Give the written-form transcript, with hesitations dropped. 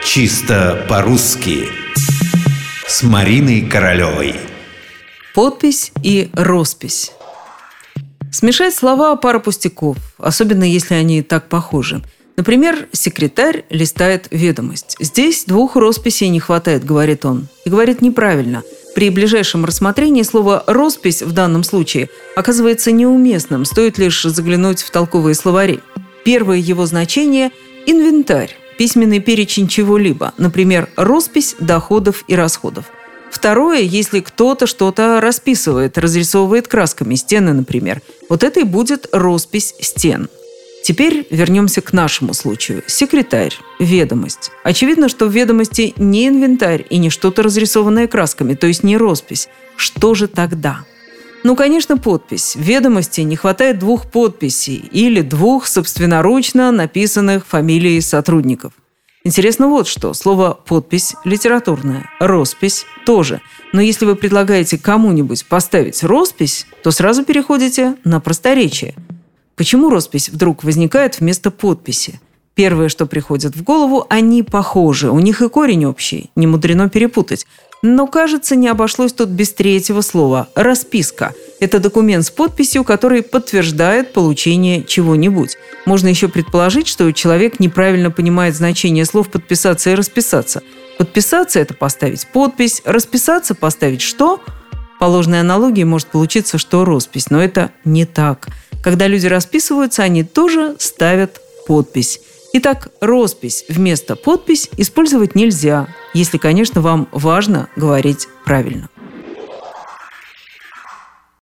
Чисто по-русски с Мариной Королевой. Подпись и роспись. Смешать слова – пара пустяков, особенно если они так похожи. Например, секретарь листает ведомость. «Здесь 2 росписей не хватает», – говорит он. И говорит неправильно. При ближайшем рассмотрении слово «роспись» в данном случае оказывается неуместным, стоит лишь заглянуть в толковые словари. Первое его значение – инвентарь, письменный перечень чего-либо, например, роспись доходов и расходов. Второе, если кто-то что-то расписывает, разрисовывает красками, стены, например. Вот это и будет роспись стен. Теперь вернемся к нашему случаю. Секретарь, ведомость. Очевидно, что в ведомости не инвентарь и не что-то разрисованное красками, то есть не роспись. Что же тогда? Ну, конечно, подпись. В ведомости не хватает 2 подписей или 2 собственноручно написанных фамилий сотрудников. Интересно вот что. Слово «подпись» литературное, «роспись» тоже. Но если вы предлагаете кому-нибудь поставить роспись, то сразу переходите на просторечие. Почему роспись вдруг возникает вместо подписи? Первое, что приходит в голову, они похожи, у них и корень общий, не мудрено перепутать. Но, кажется, не обошлось тут без третьего слова – расписка. Это документ с подписью, который подтверждает получение чего-нибудь. Можно еще предположить, что человек неправильно понимает значение слов «подписаться» и «расписаться». Подписаться – это поставить подпись, расписаться – поставить что? По ложной аналогии может получиться, что роспись, но это не так. Когда люди расписываются, они тоже ставят подпись. Итак, роспись вместо подпись использовать нельзя, если, конечно, вам важно говорить правильно.